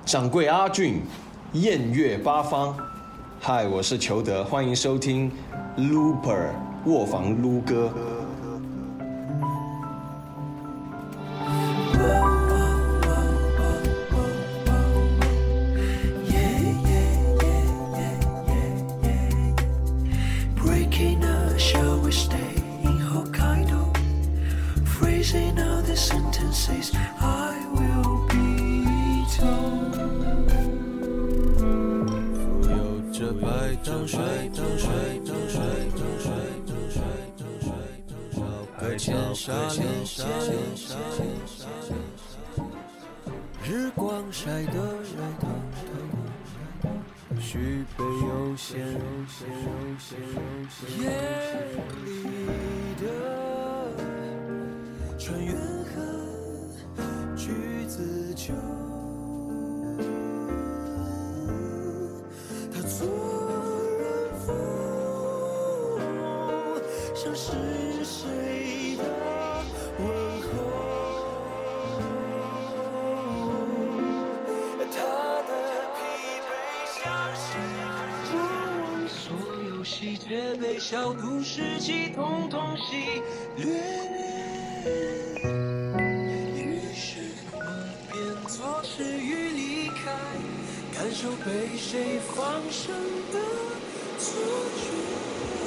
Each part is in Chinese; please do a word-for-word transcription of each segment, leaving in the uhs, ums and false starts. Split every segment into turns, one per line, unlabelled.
掌柜阿俊，艳月八方。嗨，我是裘德，欢迎收听 Looper 卧房撸歌。
日光晒得热腾腾，须背悠闲，夜里的穿越河，橘子酒，他做人妇，像是谁的问候。细节被小故事记统统细略，于是我便作诗与离开，感受被谁放生的错觉。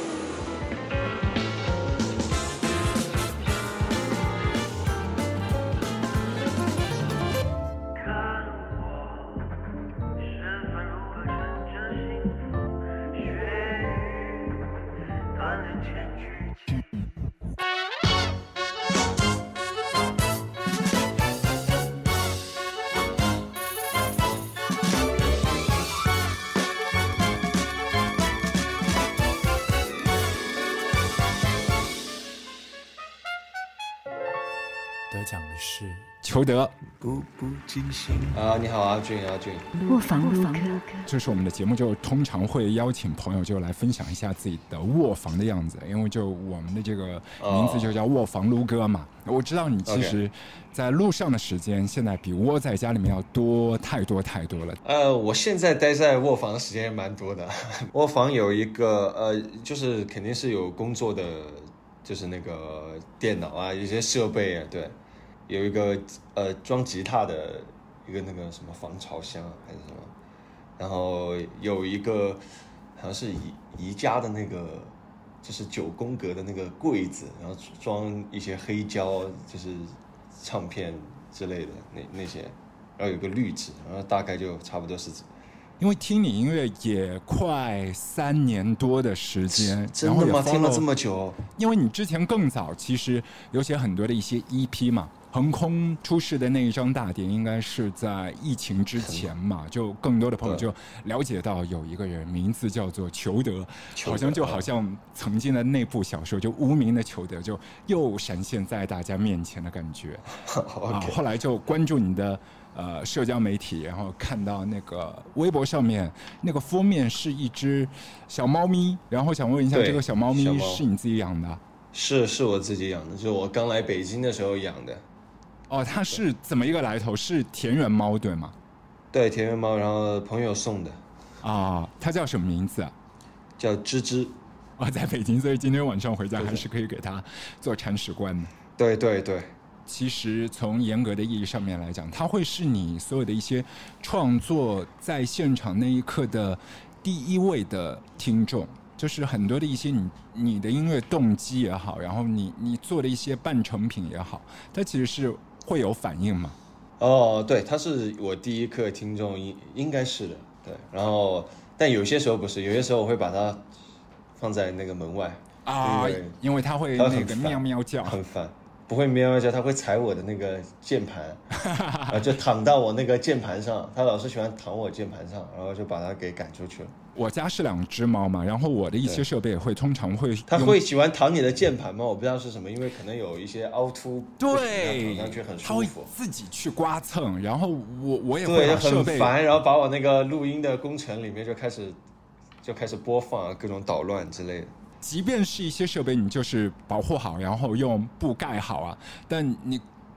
得奖的是
裘德。
步步惊心
啊，你好，阿俊，阿俊。
卧房撸歌，
这是我们的节目，就通常会邀请朋友就来分享一下自己的卧房的样子，因为就我们的这个名字就叫卧房撸歌嘛。我知道你其实在路上的时间现在比窝在家里面要多太多太多了。
呃，我现在待在卧房的时间也蛮多的。卧房有一个呃，就是肯定是有工作的，就是那个电脑啊，一些设备啊，对。有一个呃装吉他的一个那个什么防潮箱还是什么，然后有一个好像是宜宜家的那个就是九宫格的那个柜子，然后装一些黑胶，就是唱片之类的那那些，然后有个滤纸，然后大概就差不多是。
因为听你音乐也快三年多的时间，
真的吗？听了这么久？
因为你之前更早，其实有写很多的一些 E P 嘛。横空出世的那一张大碟应该是在疫情之前嘛，就更多的朋友就了解到有一个人名字叫做裘德，好像就好像曾经的那部小说就无名的裘德就又闪现在大家面前的感觉。啊，后来就关注你的呃社交媒体，然后看到那个微博上面那个封面是一只小猫咪，然后想问一下，这个小猫咪是你自己养的？
是是我自己养的，就是我刚来北京的时候养的。
哦，它是怎么一个来头？是田园猫对吗？
对，田园猫，然后朋友送的。
啊，它叫什么名字啊？
叫芝芝。
哦，在北京，所以今天晚上回家还是可以给它做铲屎官的。
对对对。
其实从严格的意义上面来讲，它会是你所有的一些创作在现场那一刻的第一位的听众。就是很多的一些你你的音乐动机也好，然后你你做的一些半成品也好，它其实是会有反应嘛。
哦，对，他是我第一课听众，应应该是的，对。然后，但有些时候不是，有些时候我会把它放在那个门外
啊，因为它会那个喵喵叫，
很烦。不会喵喵叫，它会踩我的那个键盘，啊，就躺到我那个键盘上，它老是喜欢躺我键盘上，然后就把它给赶出去了。
我家是两只猫嘛，然后我的一些设备也会通常会，
它会喜欢躺你的键盘吗？我不知道是什么，因为可能有一些凹凸，
对，
躺上去很舒服，
它会自己去刮蹭，然后我我也会把设备
对很烦，然后把我那个录音的工程里面就开始就开始播放各种捣乱之类的。
即便是一些设备你就是保护好，然后用布盖好啊，但你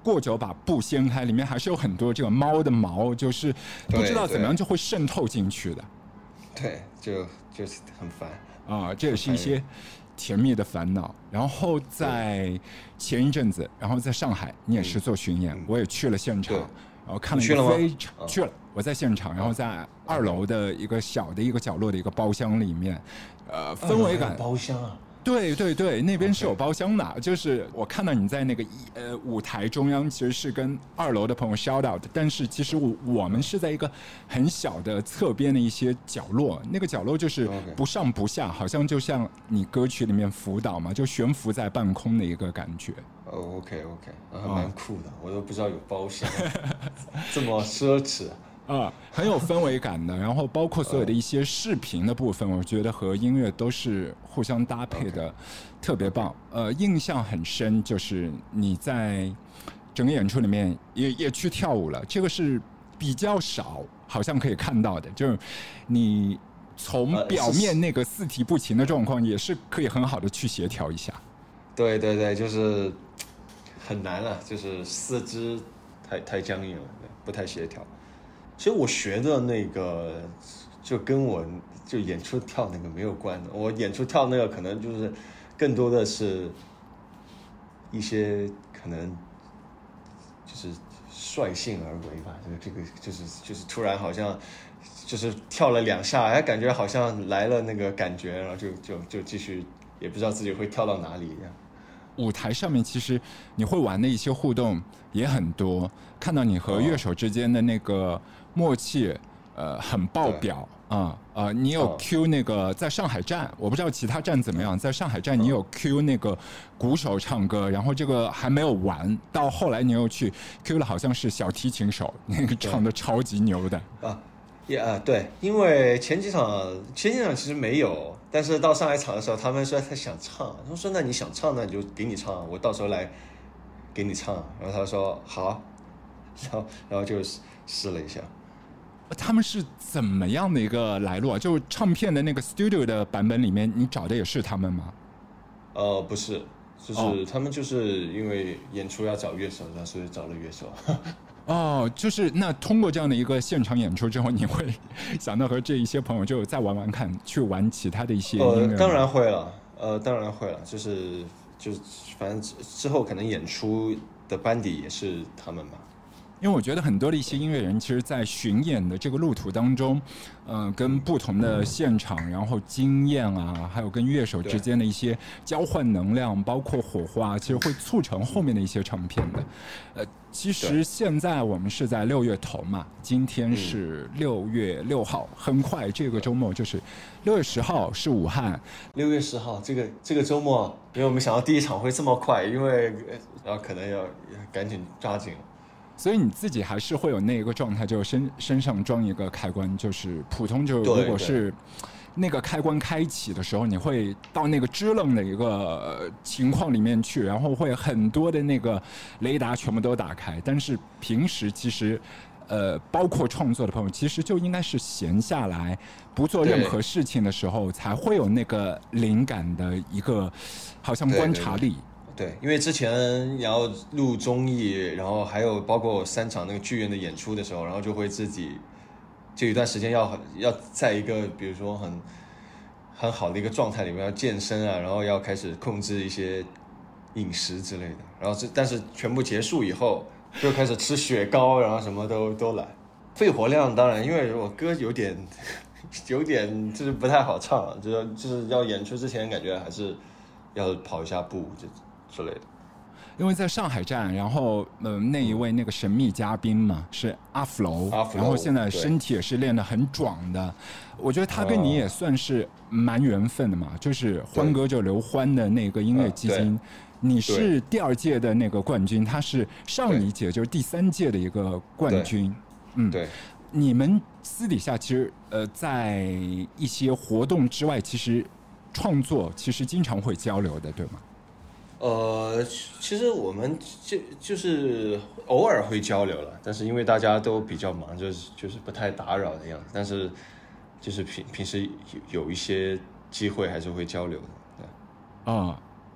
过久把布掀开，里面还是有很多这个猫的毛，就是不知道怎么样就会渗透进去的。
对，就就是很烦
啊，这也是一些甜蜜的烦恼。然后在前一阵子，然后在上海，你也是做巡演，嗯、我也去了现场，然后看了一个非常去了, 去了，我在现场，然后在二楼的一个小的一个角落的一个包厢里面，呃，氛围感。
包厢啊。
对对对，那边是有包厢的。Okay. 就是我看到你在那个呃舞台中央，其实是跟二楼的朋友 shout out， 但是其实我我们是在一个很小的侧边的一些角落，那个角落就是不上不下， okay. 好像就像你歌曲里面浮岛嘛，就悬浮在半空的一个感觉。
哦、oh, ，OK OK， 还蛮酷的，我都不知道有包厢，这么奢侈。
啊，很有氛围感的，然后包括所有的一些视频的部分，我觉得和音乐都是互相搭配的， okay. 特别棒。呃，印象很深，就是你在整个演出里面也也去跳舞了，这个是比较少，好像可以看到的，就是你从表面那个四体不勤的状况，也是可以很好的去协调一下。
对对对，就是很难了，就是四肢太太僵硬了，不太协调。其实我学的那个就跟我就演出跳那个没有关的，我演出跳那个可能就是更多的是一些可能就是率性而为吧，这个就是就是突然好像就是跳了两下，哎，感觉好像来了那个感觉，然后就就就继续，也不知道自己会跳到哪里一样。
舞台上面其实你会玩的一些互动也很多，看到你和乐手之间的那个默契，呃，很爆表啊、呃！你有 Q 那个在上海站，我不知道其他站怎么样，在上海站你有 Q 那个鼓手唱歌，然后这个还没有完，到后来你又去 Q 了，好像是小提琴手，那个唱的超级牛的
啊。也啊，对，因为前几场前几场其实没有，但是到上海场的时候，他们说他想唱，他说那你想唱，那你就给你唱，我到时候来给你唱。然后他说好，然后然后就试了一下。
他们是怎么样的一个来路啊？就唱片的那个 studio 的版本里面，你找的也是他们吗？
呃，不是，就是、哦、他们就是因为演出要找乐手，所以找了乐手。
哦，就是那通过这样的一个现场演出之后，你会想到和这一些朋友就再玩玩看，去玩其他的一些音乐吗？
呃，当然会了，呃，当然会了，就是就是反正之后可能演出的班底也是他们吧。
因为我觉得很多的一些音乐人，其实在巡演的这个路途当中，嗯、呃，跟不同的现场，然后经验啊，还有跟乐手之间的一些交换能量，包括火花，其实会促成后面的一些唱片的。呃，其实现在我们是在六月头嘛，今天是六月六号，很快这个周末就是六月十号是武汉，
六月十号这个这个周末，因为我们想到第一场会这么快，因为然后可能要赶紧抓紧了。
所以你自己还是会有那个状态，就身身上装一个开关，就是普通就如果是那个开关开启的时候，你会到那个支棱的一个情况里面去，然后会很多的那个雷达全部都打开。但是平时其实，呃，包括创作的朋友，其实就应该是闲下来不做任何事情的时候，才会有那个灵感的一个好像观察力。
对，因为之前要录综艺，然后还有包括三场那个剧院的演出的时候，然后就会自己就有一段时间要要在一个比如说很很好的一个状态里面要健身啊，然后要开始控制一些饮食之类的，然后这但是全部结束以后就开始吃雪糕，然后什么都都来。肺活量当然，因为我歌有点有点就是不太好唱，就是就是要演出之前感觉还是要跑一下步就。之类的，
因为在上海站，然后呃那一位那个神秘嘉宾嘛是阿弗楼，然后现在身体也是练得很壮的，我觉得他跟你也算是蛮缘分的嘛，就是欢歌就刘欢的那个音乐基金，你是第二届的那个冠军，他是上一届就是第三届的一个冠军，
嗯，对。
你们私底下其实呃在一些活动之外，其实创作其实经常会交流的，对吗？
呃，其实我们就就是偶尔会交流了，但是因为大家都比较忙，就是就是不太打扰的样子。但是就是平平时有有一些机会还是会交流的，对。
啊、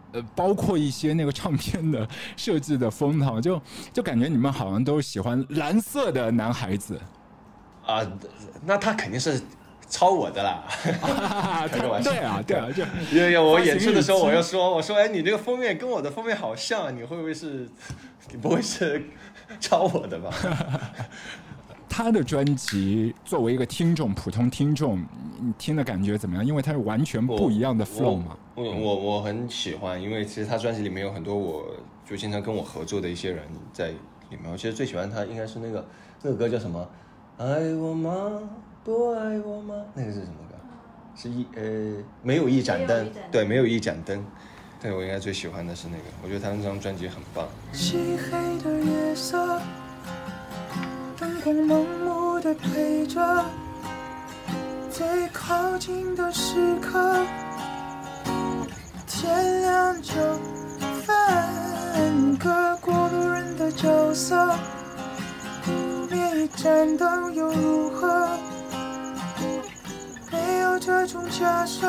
呃，包括一些那个唱片的设计的风套，就就感觉你们好像都喜欢蓝色的男孩子
啊，那他肯定是抄我的啦，
啊，
开个玩笑。
对啊，对啊，就
因为我演出的时候，我要说，我说，哎，你这个封面跟我的封面好像，你会不会是，你不会是抄我的吧？
他的专辑作为一个听众，普通听众，你听的感觉怎么样？因为它是完全不一样的 flow 嘛。
我我我我很喜欢，因为其实他专辑里面有很多我就经常跟我合作的一些人在里面。我其实最喜欢他应该是那个那个歌叫什么？爱我吗？不爱我吗？那个是什么歌？是一呃没有一盏灯，对，没有一盏灯。对，我应该最喜欢的是那个，我觉得他那张专辑很棒。
漆黑的夜色，灯光盲目的陪着，最靠近的时刻，天亮就分割，过路人的角色，灭一盏灯又如何？没有这种假设，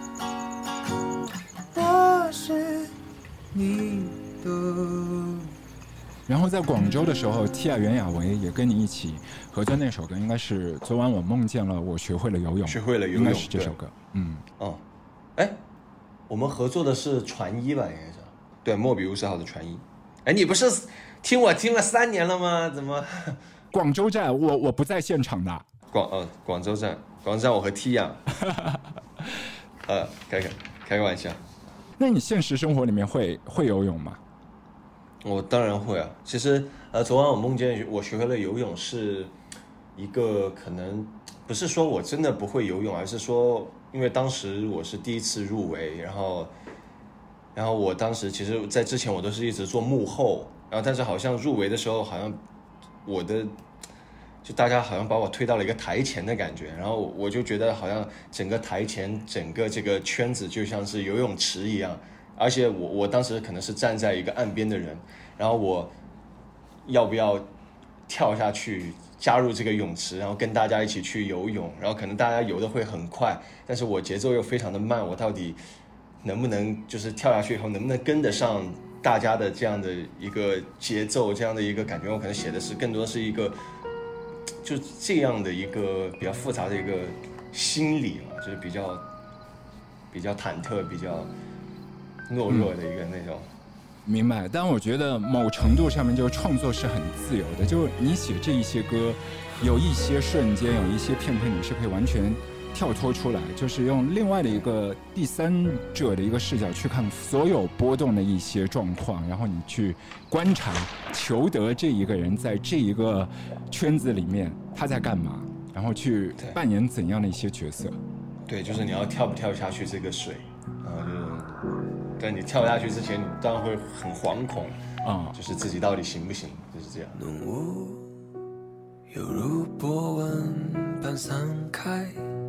我是你的。
然后在广州的时候，Tia袁娅维也跟你一起合作那首歌，应该是昨晚我梦见了，我学会了游泳，
学会了游泳，
应该是这首歌。嗯，
哦，哎，我们合作的是船医吧？应该是对，莫比乌斯号的船医。哎，你不是听我听了三年了吗？怎么？
广州站，我我不在现场的。
广呃广州站，广州站我和 Tia， 呃，开个开个玩笑。
那你现实生活里面会会游泳吗？
我当然会啊。其实呃，昨晚我梦见我学会了游泳，是一个可能不是说我真的不会游泳，而是说因为当时我是第一次入围，然后然后我当时其实在之前我都是一直做幕后，然后但是好像入围的时候好像我的就大家好像把我推到了一个台前的感觉，然后我就觉得好像整个台前整个这个圈子就像是游泳池一样，而且我我当时可能是站在一个岸边的人，然后我要不要跳下去加入这个泳池，然后跟大家一起去游泳，然后可能大家游的会很快，但是我节奏又非常的慢，我到底能不能就是跳下去以后能不能跟得上大家的这样的一个节奏，这样的一个感觉，我可能写的是更多是一个就这样的一个比较复杂的一个心理嘛，就是比较比较忐忑、比较懦弱的一个那种。嗯，
明白，但我觉得某程度上面，就是创作是很自由的。就是你写这一些歌，有一些瞬间，有一些片刻，你是可以完全跳脱出来，就是用另外的一个第三者的一个视角去看所有波动的一些状况，然后你去观察、求得这一个人在这一个圈子里面他在干嘛，然后去扮演怎样的一些角色。
对，就是你要跳不跳下去这个水，然后就是在你跳下去之前，你当然会很惶恐啊、嗯，就是自己到底行不行，就是这样。
浓雾犹如波纹般散开，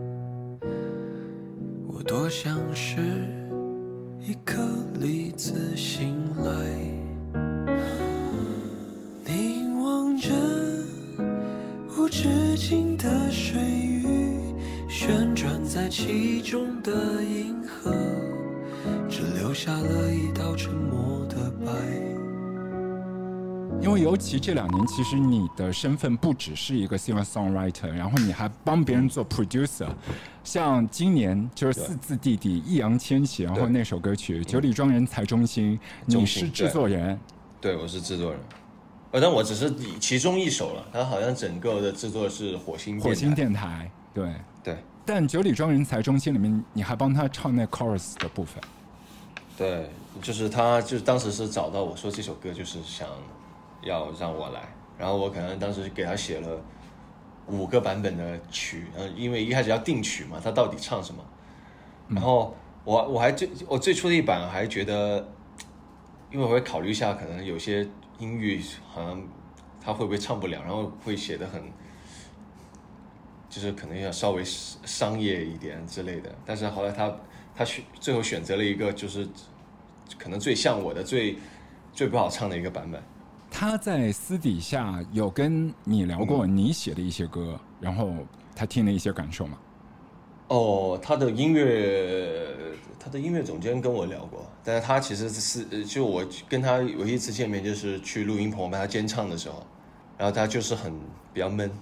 我多像是一颗粒子醒来，凝望着无止境的水域，旋转在其中的银河，只留下了一道沉默的白。
因为尤其这两年，其实你的身份不只是一个 singer-songwriter， 然后你还帮别人做 producer。像今年就是四字弟弟易烊千玺，然后那首歌曲《九里庄人才中心》，你是制作人。
对，我是制作人。呃，但我只是其中一首了，它好像整个的制作是火星
火星电台。对
对。
但《九里庄人才中心》里面，你还帮他唱那 chorus 的部分。
对，就是他，就是当时是找到我说这首歌就是想要让我来，然后我可能当时给他写了五个版本的曲，然后因为一开始要定曲嘛，他到底唱什么，然后我我还最我最初的一版还觉得，因为我会考虑一下，可能有些音域好像他会不会唱不了，然后会写得很，就是可能要稍微商业一点之类的，但是后来他他选最后选择了一个就是可能最像我的最最不好唱的一个版本。
他在私底下有跟你聊过你写的一些歌，嗯、然后他听了一些感受吗？
哦，他的音乐他的音乐总监跟我聊过，但是他其实是就我跟他唯一一次见面就是去录音棚帮他监唱的时候，然后他就是很比较闷，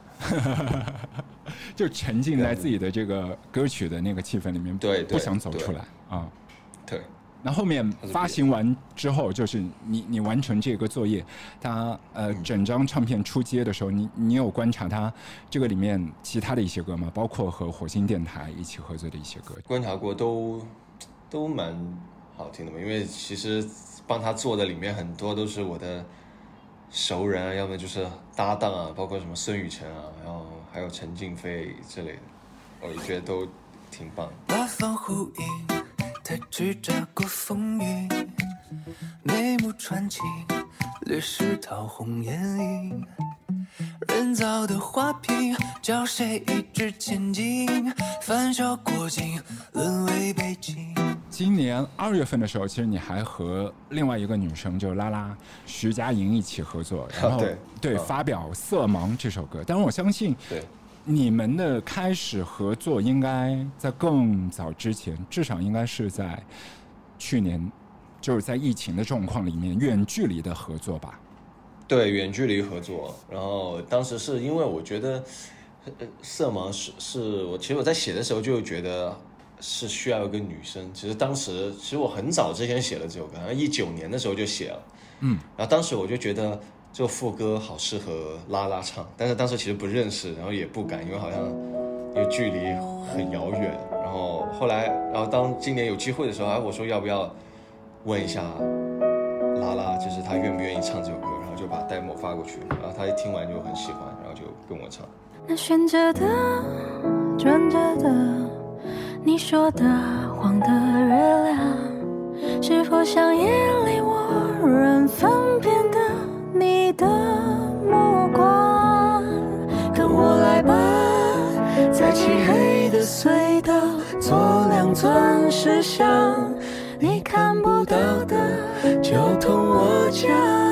就沉浸在自己的这个歌曲的那个气氛里面，
对，
不想走出来啊。
对。
那后面发行完之后，就是你你完成这个作业，它呃整张唱片出街的时候，你你有观察它这个里面其他的一些歌吗？包括和火星电台一起合作的一些歌？
观察过，都都蛮好听的嘛。因为其实帮他做的里面很多都是我的熟人啊，要么就是搭档啊，包括什么孙雨晨啊，然后还有陈静飞之类的，我也觉得都挺棒。
八方呼应。他只扎过风云，眉目传情，略施桃红眼影。人造的花瓶，叫谁一掷千金？翻销过境，沦为北京。
今年二月份的时候，其实你还和另外一个女生，就是拉拉徐佳莹一起合作，然后、
啊、对,
对、啊、发表《色盲》这首歌。但是我相信，
对。
你们的开始合作应该在更早之前，至少应该是在去年，就是在疫情的状况里面远距离的合作吧？
对，远距离合作。然后当时是因为我觉得，色盲是是我其实我在写的时候就觉得是需要一个女生。其实当时其实我很早之前写了这首歌，好像一九年的时候就写了。嗯，然后当时我就觉得。这副歌好适合拉拉唱，但是当时其实不认识，然后也不敢，因为好像因为距离很遥远。然后后来，然后当今年有机会的时候，哎，我说要不要问一下拉拉，就是他愿不愿意唱这首歌，然后就把 demo 发过去，然后他一听完就很喜欢，然后就跟我唱。
那悬着的、转着的，你说的黄的月亮，是否像夜里无人分辨的？你的目光，跟我来吧，在漆黑的隧道做两尊石像，你看不到的就同我讲，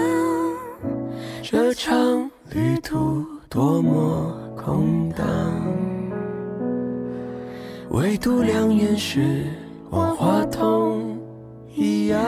这场旅途多么空荡，唯独两眼是万花筒一样。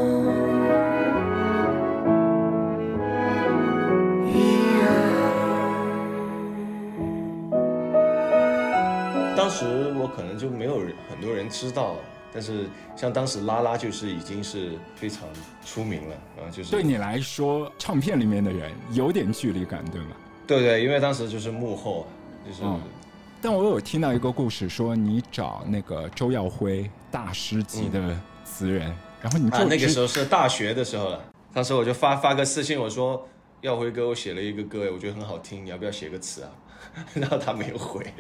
当时我可能就没有很多人知道，但是像当时拉拉就是已经是非常出名了，然后就是
对你来说，唱片里面的人有点距离感，对吗？
对对，因为当时就是幕后，就是。嗯、
但我有听到一个故事，说你找那个周耀辉大师级的词人，嗯、然后你就、
啊、那个时候是大学的时候了，当时我就发发个私信，我说耀辉哥，我写了一个歌，我觉得很好听，你要不要写个词啊？然后他没有回。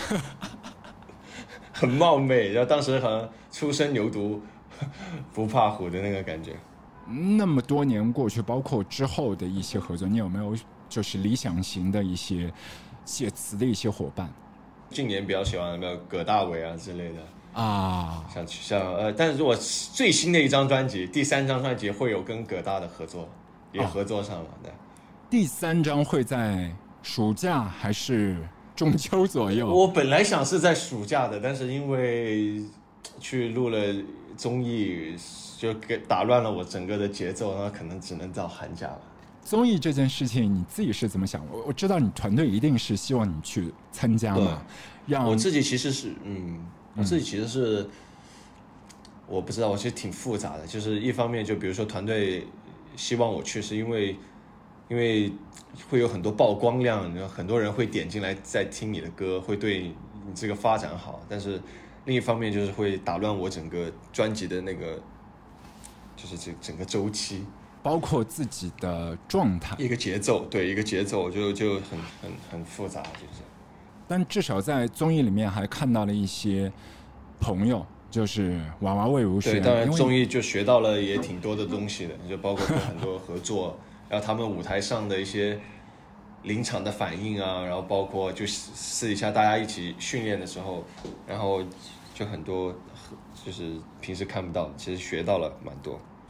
很冒昧，然后当时好像初生牛犊不怕虎的那个感觉。
那么多年过去，包括之后的一些合作，你有没有就是理想型的一些写词的一些伙伴？
近年比较喜欢的葛大为啊之类的
啊，
像像呃，但是如果最新的一张专辑，第三张专辑会有跟葛大的合作，也合作上了。啊、对，
第三张会在暑假还是？中秋左右，
我本来想是在暑假的，但是因为去录了综艺，就给打乱了我整个的节奏，然后可能只能到寒假了。
综艺这件事情，你自己是怎么想？我我知道你团队一定是希望你去参加嘛。让
我自己其实是，嗯，我自己其实是，嗯、我不知道，我其实挺复杂的。就是一方面，就比如说团队希望我去，是因为，因为。会有很多曝光量，很多人会点进来再听你的歌，会对你这个发展好。但是另一方面就是会打乱我整个专辑的那个，就是这整个周期，
包括自己的状态，
一个节奏，对，一个节奏就就很很很复杂，就是。
但至少在综艺里面还看到了一些朋友，就是娃娃魏如萱。
对，当然综艺就学到了也挺多的东西的，就包括跟很多合作。然后他们舞台上的一些临场的反应啊，然后包括就私底下大家一起训练的时候，然后就很多就是平时看不到，其实学到了蛮多。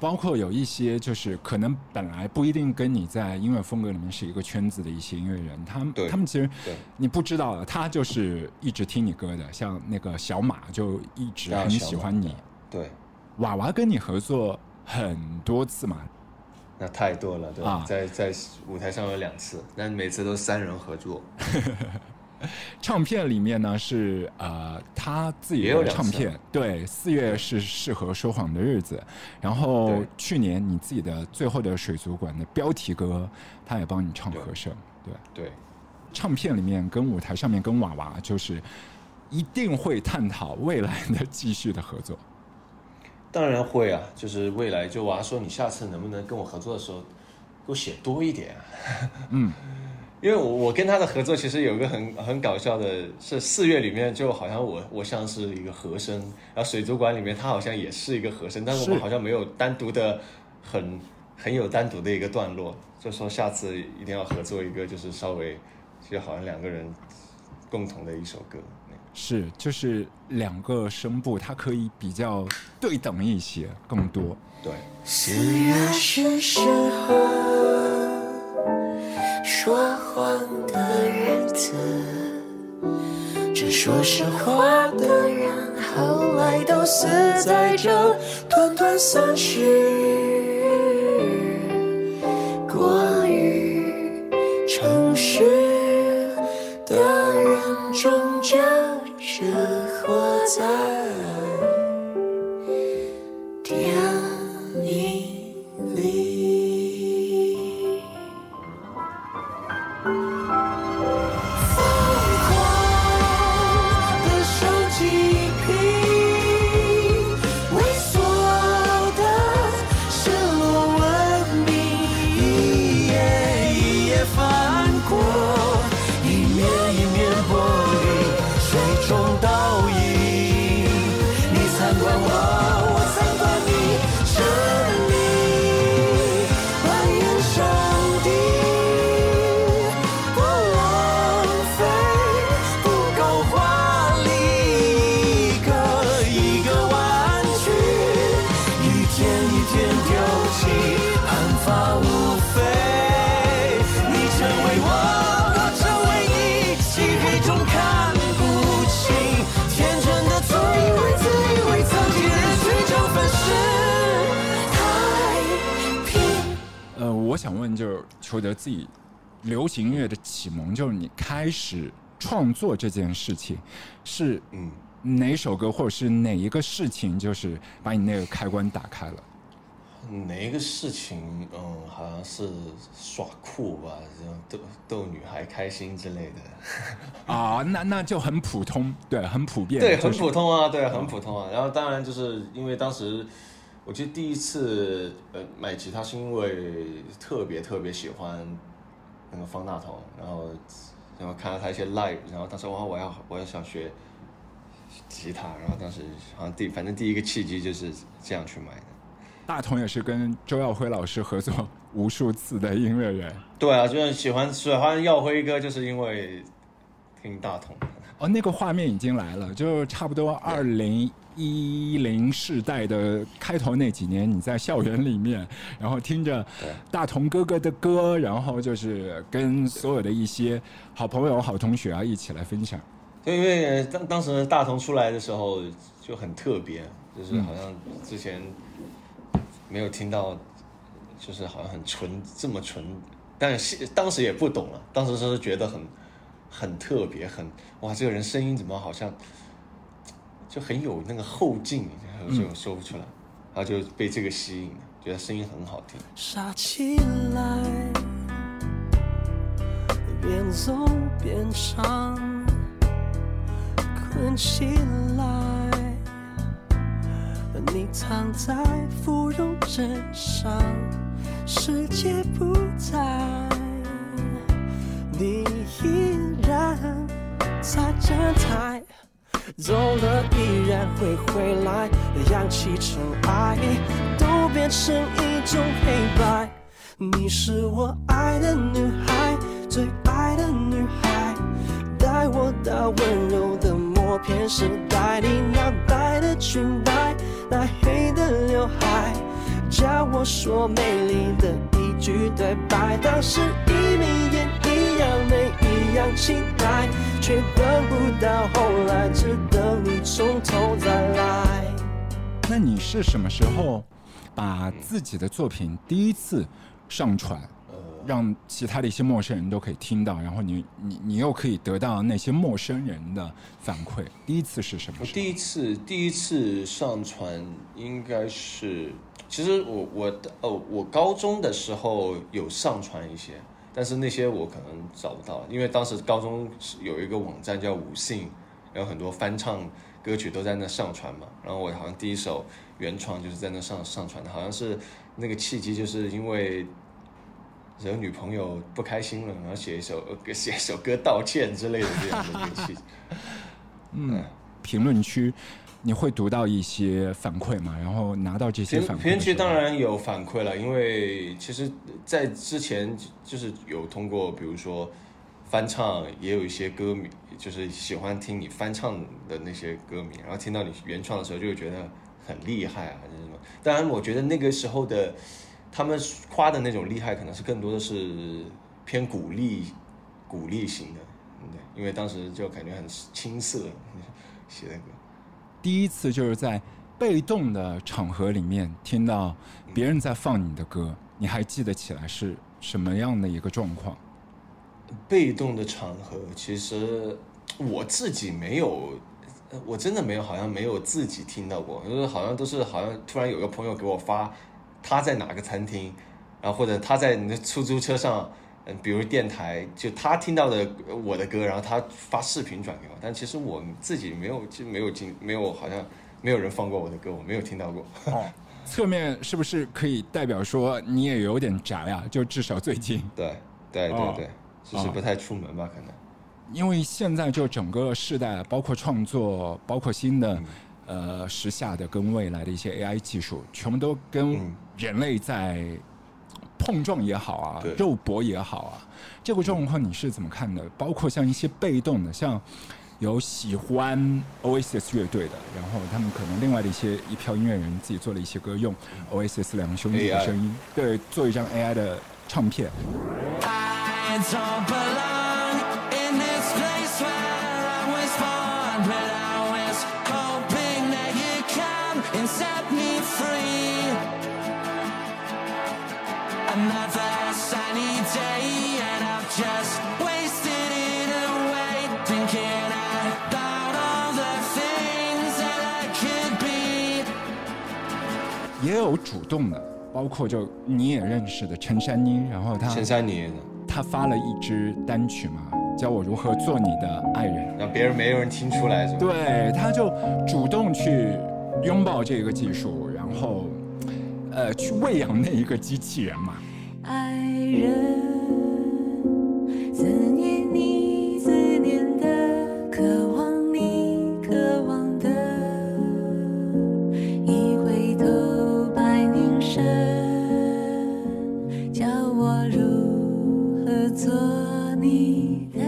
包括有一些就是可能本来不一定跟你在音乐风格里面是一个圈子的一些音乐人，他们他们其实你不知道的，他就是一直听你歌的，像那个小马就一直很喜欢你。
对，
娃娃跟你合作很多次嘛。
那太多了，对吧？啊、在在舞台上有两次，但每次都三人合作。
唱片里面呢是呃他自己的唱片，对，四月是适合说谎的日子，然后去年你自己的最后的水族馆的标题歌，他也帮你唱和声，对
对。
唱片里面跟舞台上面跟娃娃就是一定会探讨未来的继续的合作。
当然会啊，就是未来就娃说你下次能不能跟我合作的时候给我写多一点、啊、嗯，因为我我跟他的合作其实有一个很很搞笑的是四月里面就好像我我像是一个和声，然后水族馆里面他好像也是一个和声，但是我们好像没有单独的很很有单独的一个段落，就说下次一定要合作一个就是稍微就好像两个人共同的一首歌。
是，就是两个声部，它可以比较对等一些，更多。
对。
四月是适合说谎的日子，只说实话的人，后来都死在这短短三十日。过于诚实的人，终究只活在电影里。疯狂的手机屏，猥琐的失落文明，一页一页翻过，一面一面玻璃水中倒影，你参观我，我参观你，生命扮演上帝，不浪费，不够华丽，一个一个玩具，一天一天丢弃，案发无非，你成为我，我成为你，漆黑中看不清，天真的错以为自以为曾经人群中粉饰太平。
呃，我想问，就是裘德自己流行音乐的启蒙，就是你开始创作这件事情，是嗯哪首歌或者是哪一个事情，就是把你那个开关打开了？
哪一个事情？嗯，好像是耍酷吧，逗逗女孩开心之类的。
啊，那那就很普通，对，很普遍，
对，
就是、
很普通啊，对，很普通啊。然后当然就是因为当时，我记得第一次呃买吉他是因为特别特别喜欢那个方大同，然后然后看到他一些 live， 然后当时哇我要我要想学吉他，然后当时好像第反正第一个契机就是这样去买的。
大同也是跟周耀辉老师合作无数次的音乐人。
对啊，就是喜欢喜欢耀辉哥，就是因为听大同。
哦，那个画面已经来了，就差不多二零一零世代的开头那几年，你在校园里面，然后听着大同哥哥的歌，然后就是跟所有的一些好朋友、好同学啊一起来分享。
就因为当当时大同出来的时候就很特别，就是好像之前没有听到，就是好像很纯这么纯，但是当时也不懂了，当时是觉得很很特别，很哇这个人声音怎么好像就很有那个后劲，就说不出来，然后就被这个吸引了，觉得声音很好听。
傻起来，边走边唱，困起来，你躺在芙蓉枕上，世界不在，你依然在站台，走了依然会回来，氧气尘埃都变成一种黑白。你是我爱的女孩，最爱的女孩，带我到温柔的默片时代，你那白的裙摆，那黑的刘海， 叫我说美丽的一句对白，当时一眯眼一样美一样期待，却等不到后来，只等你从头再来。
那你是什么时候把自己的作品第一次上传，让其他的一些陌生人都可以听到，然后你你你又可以得到那些陌生人的反馈？第一次是什么时候？
我第一次第一次上传应该是，其实我我哦我高中的时候有上传一些，但是那些我可能找不到，因为当时高中有一个网站叫五信，然后很多翻唱歌曲都在那上传嘛，然后我好像第一首原创就是在那上上传的，好像是那个契机，就是因为惹女朋友不开心了，然后写一首写一首歌道歉之类的这样的一个契机。
嗯，评论区你会读到一些反馈嘛？然后拿到这些反馈，
评论区当然有反馈了，因为其实在之前就是有通过，比如说翻唱，也有一些歌迷就是喜欢听你翻唱的那些歌迷，然后听到你原创的时候就会觉得很厉害啊，还是什么。当然，我觉得那个时候的他们夸的那种厉害，可能是更多的是偏鼓励、鼓励型的，对，因为当时就感觉很青涩写的歌。
第一次就是在被动的场合里面听到别人在放你的歌，你还记得起来是什么样的一个状况？
被动的场合，其实我自己没有，我真的没有，好像没有自己听到过，就是好像都是好像突然有个朋友给我发他在哪个餐厅，然后或者他在你的出租车上，嗯，比如电台，就他听到的我的歌，然后他发视频转给我，但其实我自己没有，就没有经，没有好像没有人放过我的歌，我没有听到过。
哦，侧面是不是可以代表说你也有点宅啊？就至少最近。
对对对对，
哦，
只是不太出门吧，可能。
因为现在就整个世代，包括创作，包括新的，嗯、呃时下的跟未来的一些 A I 技术，全部都跟人类在碰撞也好啊，肉搏也好啊，这个状况你是怎么看的？包括像一些被动的，像有喜欢 Oasis 乐队的，然后他们可能另外的一些一票音乐人自己做了一些歌，用 Oasis 两个兄弟的声音，对，做一张 A I 的唱片。
Another sunny day and I've just wasted it away thinking about all the things that I could be。
也有主动的，包括就你也认识的陈珊妮，然后他
陈珊妮
他发了一支单曲嘛，教我如何做你的爱人，
让别人没有人听出来是吧？
对，他就主动去拥抱这个技术，然后呃去喂养那一个机器人嘛。
爱人，思念你，思念的，渴望你，渴望的，一回头白凝神，教我如何做你的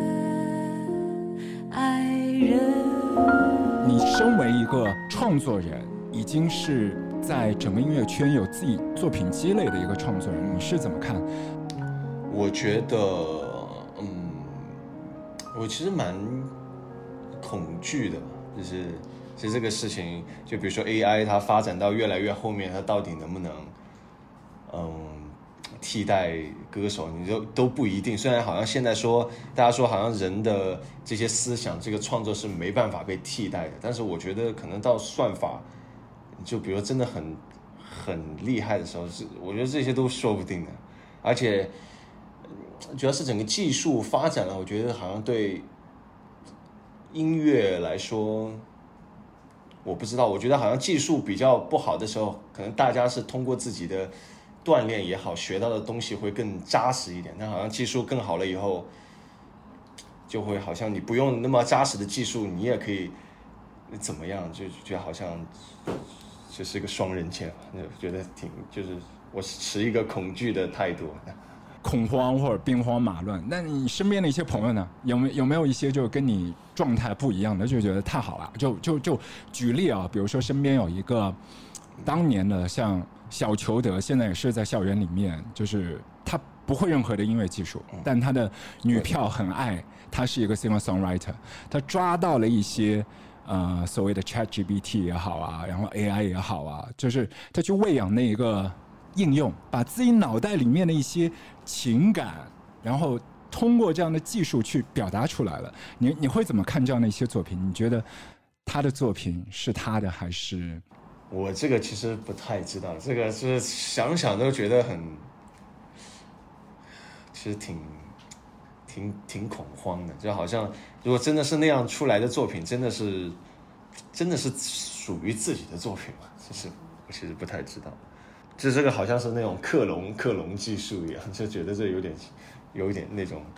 爱人。
你身为一个创作人，已经是在整个音乐圈有自己作品积累的一个创作人，你是怎么看？
我觉得，嗯，我其实蛮恐惧的，就是其实这个事情，就比如说 A I 它发展到越来越后面，它到底能不能，嗯，替代歌手，你都都不一定。虽然好像现在说，大家说好像人的这些思想，这个创作是没办法被替代的，但是我觉得可能到算法。就比如真的很很厉害的时候，是我觉得这些都说不定的，而且主要是整个技术发展了，我觉得好像对音乐来说，我不知道，我觉得好像技术比较不好的时候，可能大家是通过自己的锻炼也好，学到的东西会更扎实一点。但好像技术更好了以后，就会好像你不用那么扎实的技术，你也可以怎么样，就觉得好像。就是一个双刃剑，觉得挺就是我持一个恐惧的态度，
恐慌或者兵荒马乱。那你身边的一些朋友呢？有没有有没有一些就跟你状态不一样的，就觉得太好了？就就就举例啊，比如说身边有一个当年的像小裘德，现在也是在校园里面，就是他不会任何的音乐技术，嗯、但他的女票很爱，他是一个 singer songwriter， 他抓到了一些呃所谓的 Chat G P T 也好啊，然后 A I 也好啊，就是他去喂养那一个应用，把自己脑袋里面的一些情感，然后通过这样的技术去表达出来了。你你会怎么看这样的一些作品？你觉得他的作品是他的还是？
我这个其实不太知道，这个是想想都觉得很，其实挺挺挺恐慌的，就好像如果真的是那样出来的作品，真的是真的是属于自己的作品吗？其实我其实不太知道，就这个好像是那种克隆克隆技术一样，就觉得这有点有一点那种。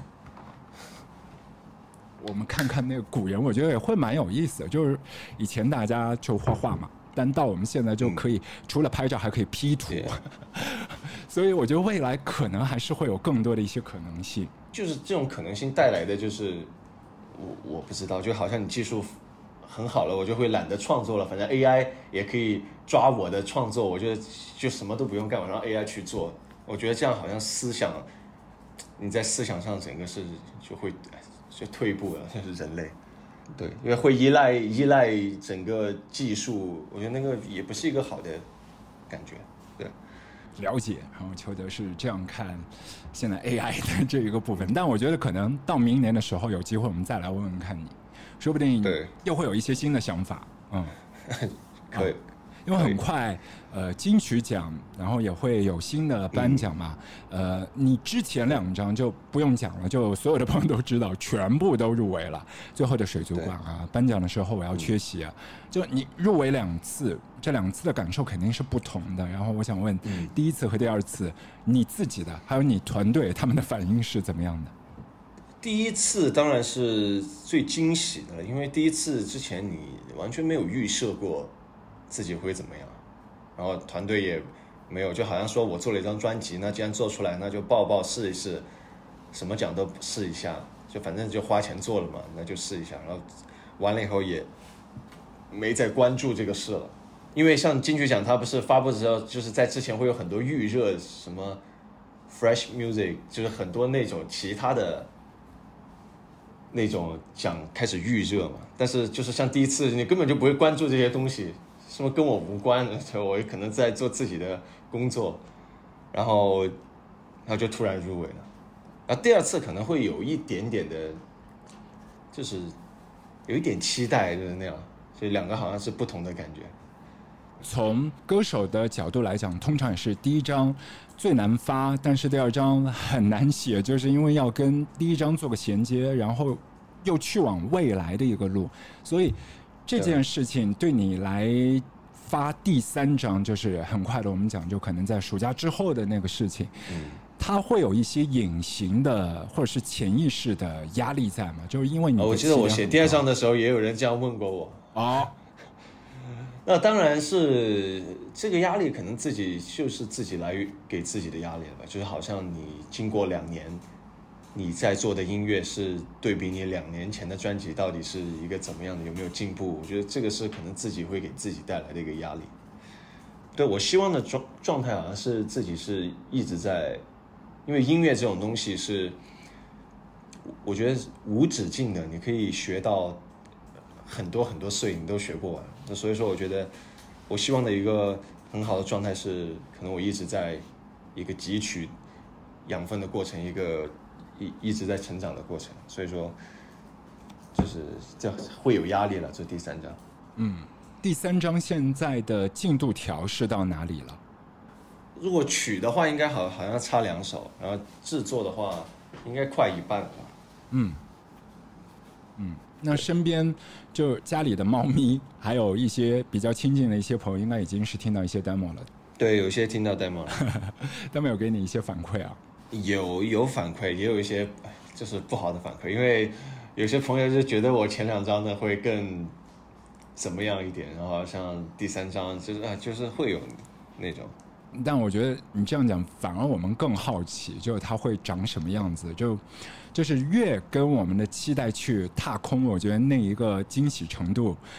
我们看看那个古人，我觉得也会蛮有意思的，就是以前大家就画画嘛。但到我们现在就可以、嗯、除了拍照还可以 P 图，所以我觉得未来可能还是会有更多的一些可能性。
就是这种可能性带来的，就是我我不知道，就好像你技术很好了，我就会懒得创作了，反正 A I 也可以抓我的创作，我觉得就什么都不用干，我让 A I 去做。我觉得这样好像思想，你在思想上整个是就会就退步了，就是人类。对，因为会依赖依赖整个技术，我觉得那个也不是一个好的感觉。对，
了解。然后裘德是这样看现在 A I 的这一个部分，但我觉得可能到明年的时候有机会我们再来问问看你，说不定又会有一些新的想法。嗯，
可以。
因为很快，呃，金曲奖，然后也会有新的颁奖嘛。嗯、呃，你之前两张就不用讲了，就所有的朋友都知道，全部都入围了。最后的水族馆啊，颁奖的时候我要缺席啊。就你入围两次，这两次的感受肯定是不同的。然后我想问，嗯、第一次和第二次，你自己的还有你团队他们的反应是怎么样的？
第一次当然是最惊喜的，因为第一次之前你完全没有预设过自己会怎么样，然后团队也没有，就好像说我做了一张专辑，那既然做出来，那就报报试一试，什么奖都试一下，就反正就花钱做了嘛，那就试一下，然后完了以后也没再关注这个事了，因为像金曲奖它不是发布的时候，就是在之前会有很多预热，什么 Fresh Music， 就是很多那种其他的那种奖开始预热嘛，但是就是像第一次你根本就不会关注这些东西，什么跟我无关，我可能在做自己的工作，然后然后就突然入围了，然后第二次可能会有一点点的，就是有一点期待，就是那样，所以两个好像是不同的感觉。
从歌手的角度来讲，通常也是第一张最难发，但是第二张很难写，就是因为要跟第一张做个衔接，然后又去往未来的一个路，所以这件事情对你来发第三张，就是很快的，我们讲就可能在暑假之后的那个事情，嗯，它会有一些隐形的或者是潜意识的压力在嘛？就是因为你的、哦，
我记得我写第二张的时候，也有人这样问过我
哦。
那当然是这个压力，可能自己就是自己来给自己的压力了吧。就是好像你经过两年，你在做的音乐是对比你两年前的专辑到底是一个怎么样的，有没有进步？我觉得这个是可能自己会给自己带来的一个压力。对，我希望的状状态好像是自己是一直在，因为音乐这种东西是，我觉得无止境的，你可以学到很多很多岁，你都学不完。那所以说，我觉得我希望的一个很好的状态是，可能我一直在一个汲取养分的过程，一个一一直在成长的过程。所以说，就是这会有压力了。这第三章，
嗯，第三章现在的进度条是到哪里了？
如果曲的话，应该好好像差两首，然后制作的话，应该快一半了。
嗯嗯。那身边就家里的猫咪，还有一些比较亲近的一些朋友，应该已经是听到一些 demo 了。
对，有些听到 demo 了。
他们有给你一些反馈啊？
有有反馈，也有一些就是不好的反馈，因为有些朋友就觉得我前两张呢会更怎么样一点，然后像第三张就是啊，就是会有那种。
但我觉得你这样讲，反而我们更好奇，就它会长什么样子，就就是越跟我们的期待去踏空，我觉得那一个惊喜程度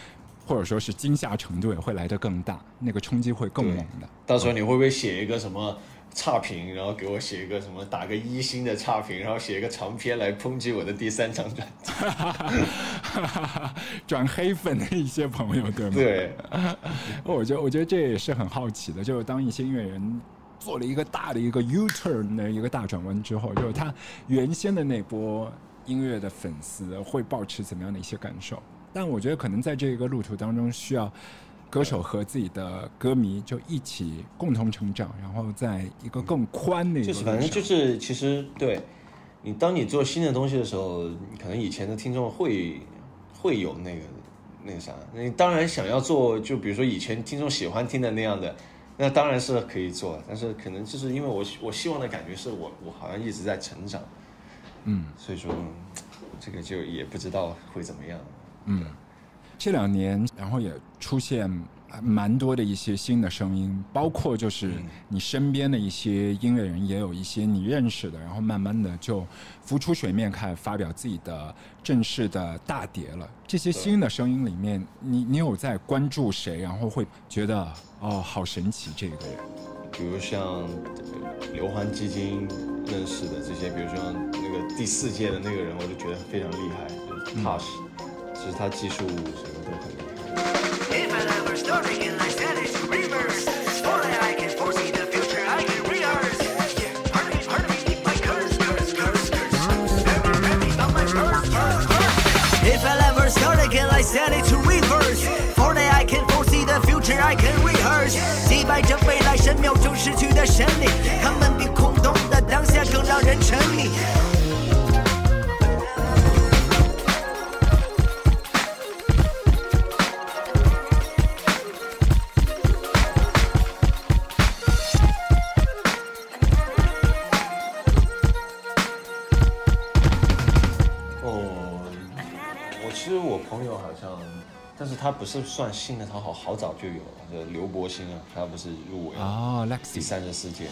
或者说是惊吓程度也会来得更大，那个冲击会更猛的。
到时候你会不会写一个什么差评，然后给我写一个什么打个一星的差评，然后写一个长篇来抨击我的第三张专辑？
转黑粉的一些朋友，对吗？
对，
我觉得我觉得这也是很好奇的，就是当一些音乐人做了一个大的一个 U-turn 的一个大转弯之后，就是他原先的那波音乐的粉丝会抱持怎么样的一些感受？但我觉得可能在这个路途当中，需要歌手和自己的歌迷就一起共同成长，然后在一个更宽的一个
就是反正就是其实对你，当你做新的东西的时候，可能以前的听众会会有那个那个啥，你当然想要做，就比如说以前听众喜欢听的那样的，那当然是可以做，但是可能就是因为我我希望的感觉是我我好像一直在成长，
嗯，
所以说这个就也不知道会怎么样。
嗯，这两年然后也出现蛮多的一些新的声音，包括就是你身边的一些音乐人，也有一些你认识的，然后慢慢的就浮出水面，开始发表自己的正式的大碟了。这些新的声音里面，你你有在关注谁？然后会觉得哦，好神奇这个人。
比如像刘欢基金认识的这些，比如说那个第四届的那个人，我就觉得非常厉害，就是 Tash，其实他技术什么都很厉害。
If I ever start again, I set it to reverse. For that I can foresee the future, I can rehearse. 击败这未来神秒钟失去的神力，他们比空洞的当下更让人沉迷。
朋友好像，但是他不是算新的，他好好早就有了。刘柏辛啊，他不是入围
啊、oh,
第三十四届。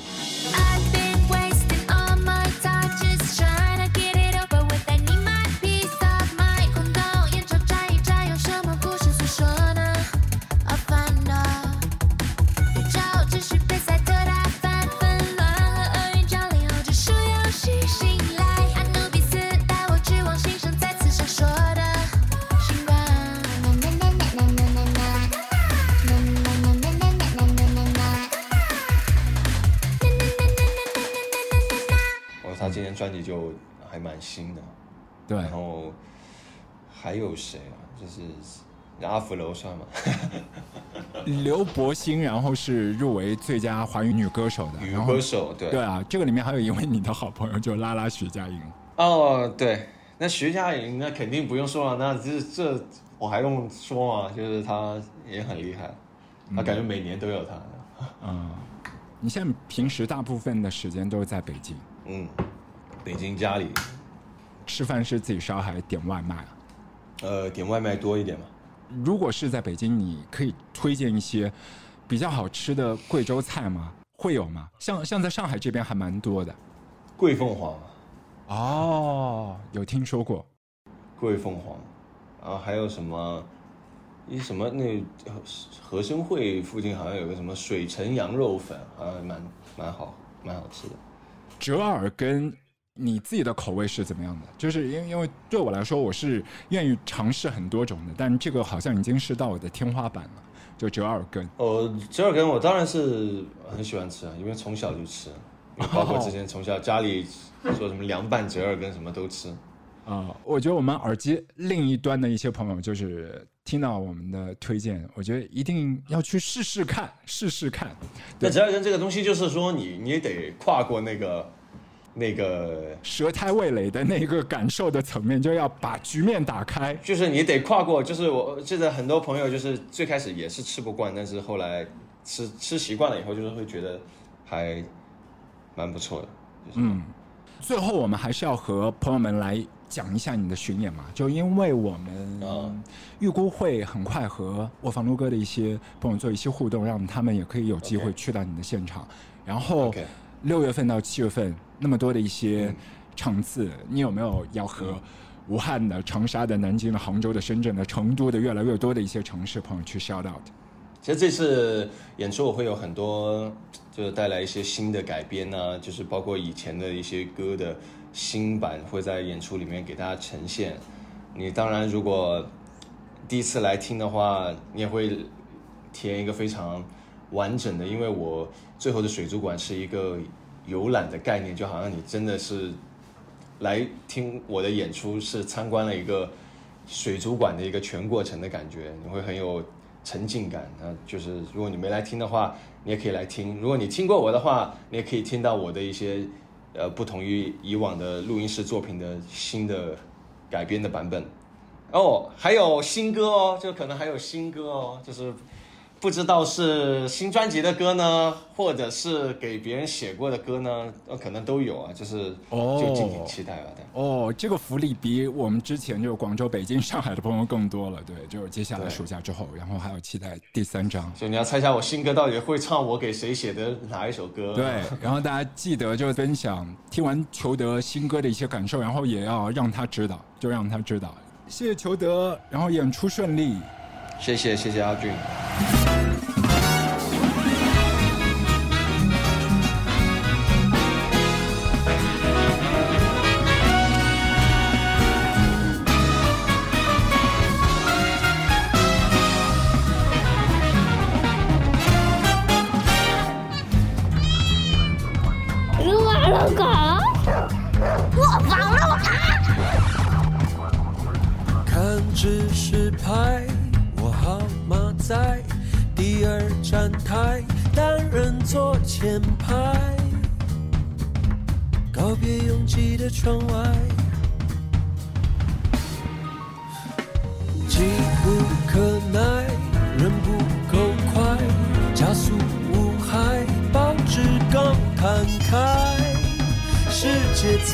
他今年专辑就还蛮新的，
对。
然后还有谁啊？就是阿芙楼算吗？
刘柏辛，然后是入围最佳华语女歌手的。
女歌手，对。
对啊，这个里面还有一位你的好朋友，就拉拉徐佳莹。
哦，对，那徐佳莹那肯定不用说了，那这这我还用说吗？就是她也很厉害，她感觉每年都有她。
嗯，你现在平时大部分的时间都是在北京。
嗯，北京家里
吃饭是自己烧还是点外卖啊？
呃，点外卖多一点嘛。
如果是在北京，你可以推荐一些比较好吃的贵州菜吗？会有吗？像像在上海这边还蛮多的。
桂凤凰。
哦，有听说过。
桂凤凰，然后还有什么？一什么那和生汇附近好像有个什么水城羊肉粉，好像蛮蛮好，蛮好吃的。
折耳根，你自己的口味是怎么样的？就是因为因为对我来说，我是愿意尝试很多种的，但这个好像已经是到我的天花板了，就折耳根。
哦，折耳根我当然是很喜欢吃啊，因为从小就吃，包括之前从小家里说什么凉拌折耳根什么都吃。
啊、呃，我觉得我们耳机另一端的一些朋友，就是听到我们的推荐，我觉得一定要去试试看，试试看。
那折耳根这个东西，就是说你你也得跨过那个那个
舌苔味蕾的那个感受的层面，就要把局面打开。
就是你得跨过，就是我记得很多朋友就是最开始也是吃不惯，但是后来吃吃习惯了以后，就是会觉得还蛮不错的。就是、
嗯，最后我们还是要和朋友们来讲一下你的巡演嘛，就因为我们预估会很快和卧房撸歌的一些朋友做一些互动，让他们也可以有机会去到你的现场。Okay. 然后六月份到七月份那么多的一些场次，你有没有要和武汉的、长沙的、南京的、杭州的、深圳的、成都的越来越多的一些城市朋友去 shout out。
其实这次演出我会有很多，就是带来一些新的改编啊，就是包括以前的一些歌的新版会在演出里面给大家呈现。你当然如果第一次来听的话，你也会体验一个非常完整的，因为我最后的水族馆是一个游览的概念，就好像你真的是来听我的演出，是参观了一个水族馆的一个全过程的感觉，你会很有沉浸感啊，就是如果你没来听的话，你也可以来听；如果你听过我的话，你也可以听到我的一些呃不同于以往的录音室作品的新的改编的版本。哦，还有新歌哦，就可能还有新歌哦，就是不知道是新专辑的歌呢，或者是给别人写过的歌呢，可能都有啊，就是就敬请期待吧。
哦，这个福利比我们之前就是广州、北京、上海的朋友更多了。对，就是接下来暑假之后，然后还有期待第三章。
所以你要猜一下我新歌到底会唱我给谁写的哪一首歌？
对，然后大家记得就分享听完裘德新歌的一些感受，然后也要让他知道，就让他知道。谢谢裘德，然后演出顺利。
谢谢，谢谢阿俊。
指示牌，我号码在第二站台，单人坐前排，告别拥挤的窗外，急不可耐，人不够快，加速无害，报纸刚摊开，世界在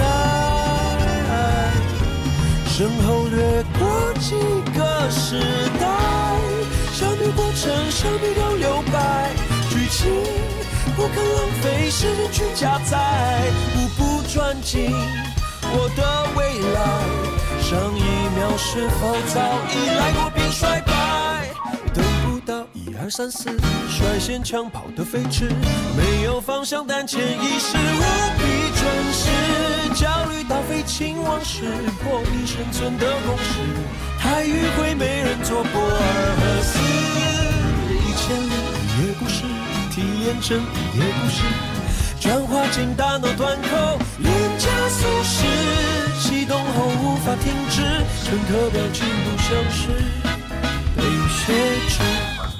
身后掠过几个时代，生命过程，生命都留白，剧情不肯浪费时间去加载，步步转进我的未来，上一秒是否早已来过便衰败，等不到一二三四，率先抢跑的飞驰，没有方向但潜意识无比准时，焦虑到废寝忘食，破译生存的公式，太迂回没人做博尔赫斯，一千零一夜故事，体验成一夜故事，转化进大脑端口，连加速时，启动后无法停止，乘客表情不像是被挟持。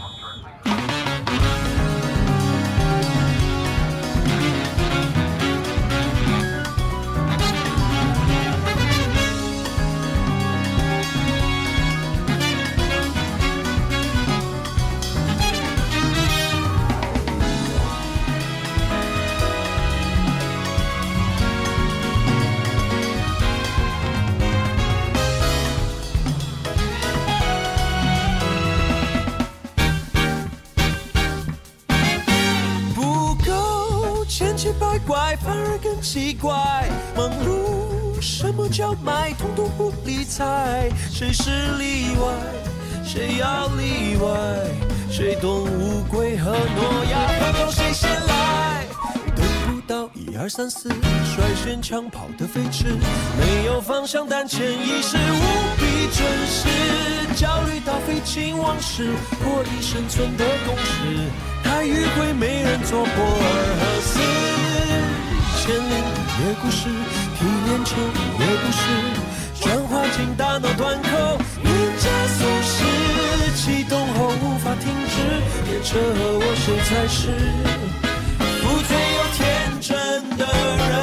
反而更奇怪，忙碌什么叫卖，统统不理睬，谁是例外，谁要例外，谁懂乌龟和诺亚方舟谁先来，等不到一二三四，率先抢跑的飞驰，没有方向但潜意识无比准时，焦虑到废寝忘食，破译生存的公式，太迂回没人做博尔赫斯，千零一夜故事，提炼成一夜故事，转化进大脑端口，因加速时，启动后无法停止，列车和我谁才是负罪又天真的人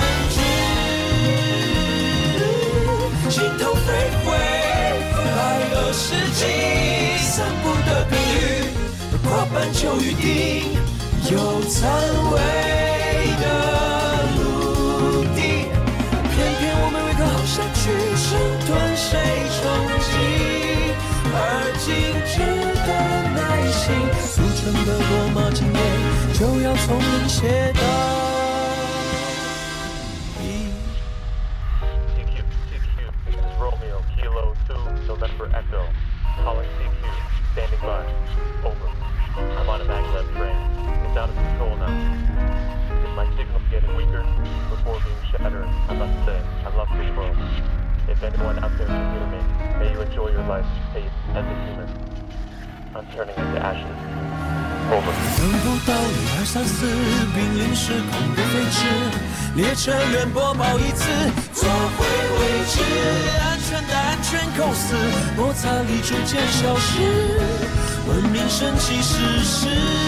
质，心头飞回来二世纪散步的比喻，跨半球预定有残味的下去生吞谁冲击，而精致的耐心，速成的罗马经验就要从零写到一。
November Echo. Calling C Q. Standing by. Over. I'm on a maglev train. It's out of control now. Is my signal getting weaker? Before being shattered, I must say, I love this world. If anyone out there can hear me, may you enjoy your life safe as a human. I'm turning into ashes. Over.
等不到一二三四，濒临失控的飞驰，列车员播报一次，做回位置，安全的安全扣死，摩擦力逐渐消失，文明升起失事，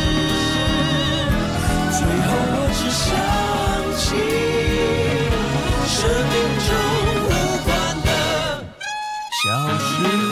最后我只想起生命中无关的小事。